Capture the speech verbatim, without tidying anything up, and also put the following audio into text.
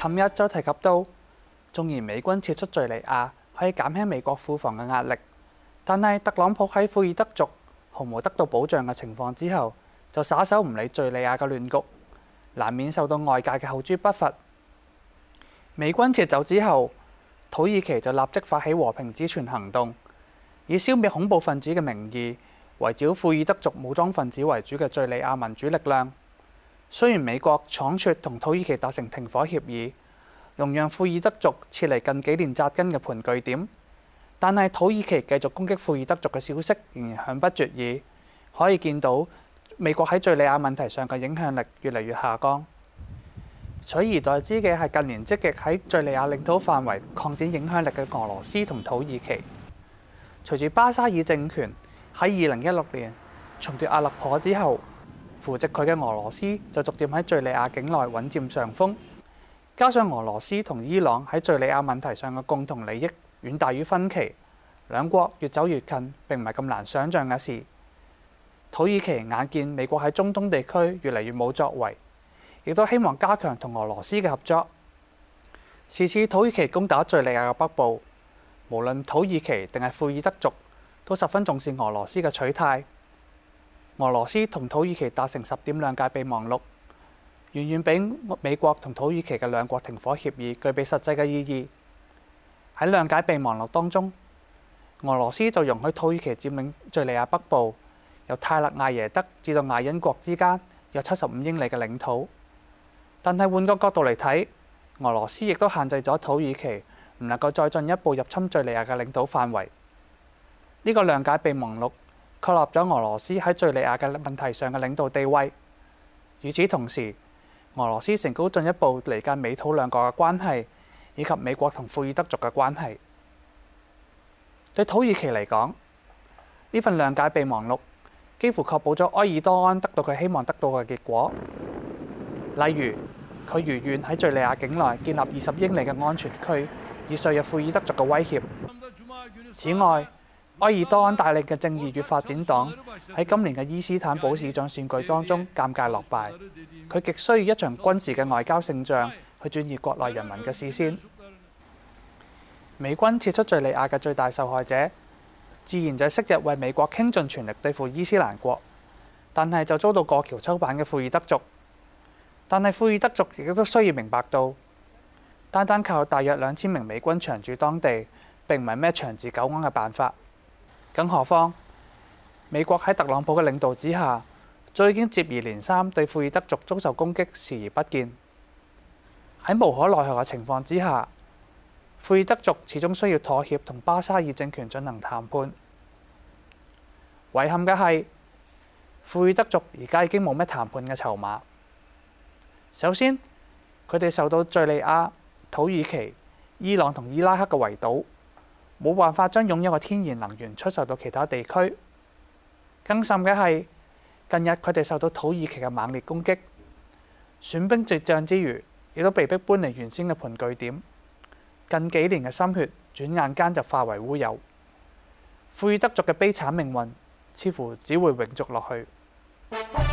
琴日就提及到，縱然美軍撤出敍利亞可以減輕美國庫房嘅壓力，但係特朗普喺庫爾德族毫無得到保障嘅情況之後，就耍手唔理敍利亞嘅亂局，難免受到外界嘅口誅筆伐。美軍撤走之後，土耳其就立即發起和平之泉行動，以消滅恐怖分子嘅名義，圍剿庫爾德族武裝分子為主嘅敍利亞民主力量。雖然美國倉促同土耳其達成停火協議，容讓庫爾德族撤離近幾年紮根嘅盤據點，但係土耳其繼續攻擊庫爾德族嘅消息仍然響不絕耳，可以見到美國喺敍利亞問題上嘅影響力越嚟越下降。取而代之嘅係近年積極喺敍利亞領土範圍擴展影響力嘅俄羅斯同土耳其。隨住巴沙爾政權喺二零一六年重奪阿勒頗之後，扶植佢嘅俄羅斯就逐漸喺敍利亞境內穩佔上風。加上俄羅斯同伊朗喺敍利亞問題上嘅共同利益遠大於分歧，兩國越走越近並唔係咁難想像嘅事。土耳其眼見美國喺中東地區越嚟越冇作為，亦都希望加強同俄羅斯嘅合作。是次土耳其攻打敍利亞嘅北部，無論土耳其定係庫爾德族都十分重視俄羅斯嘅取態。俄羅斯同土耳其達成十點諒解備忘錄，遠遠比美國同土耳其嘅兩國停火協議具備實際嘅意義。喺諒解備忘錄當中，俄羅斯就容許土耳其佔領敍利亞北部，由泰勒艾耶德至到艾因國之間有七十五英里嘅領土。但係換個角度嚟睇，俄羅斯亦都限制咗土耳其唔能夠再進一步入侵敍利亞嘅領土範圍。呢個諒解備忘錄確立咗俄羅斯喺敍利亞嘅問題上嘅領導地位。與此同時，俄羅斯成功進一步離間美土兩國嘅關係，以及美國同庫爾德族嘅關係。對土耳其嚟講，呢份諒解備忘錄幾乎確保咗埃爾多安得到佢希望得到嘅結果。例如，佢如願喺敍利亞境內建立二十英里嘅安全區，以削弱庫爾德族嘅威脅。此外，埃爾多安帶領嘅正義與發展黨喺今年嘅伊斯坦堡市長選舉當中尷尬落敗，佢極需要一場軍事嘅外交勝仗去轉移國內人民嘅視線。美軍撤出敍利亞嘅最大受害者，自然就係昔日為美國傾盡全力對付伊斯蘭國，但係就遭到過橋抽板嘅庫爾德族。但係庫爾德族亦都需要明白到，單單靠大約兩千名美軍長駐當地並唔係咩長治久安嘅辦法。更何況，美國喺特朗普嘅領導之下，早已經接二連三對庫爾德族遭受攻擊視而不見。喺無可奈何嘅情況之下，庫爾德族始終需要妥協同巴沙爾政權進行談判。遺憾嘅係，庫爾德族而家已經冇咩談判嘅籌碼。首先，佢哋受到敍利亞、土耳其、伊朗同伊拉克嘅圍堵，冇辦法將擁有嘅天然能源出售到其他地區。更甚嘅係，近日佢哋受到土耳其嘅猛烈攻擊，損兵折將之餘，亦都被迫搬離原先嘅盤據點。近幾年嘅心血，轉眼間就化為烏有。庫爾德族嘅悲慘命運，似乎只會永續落去。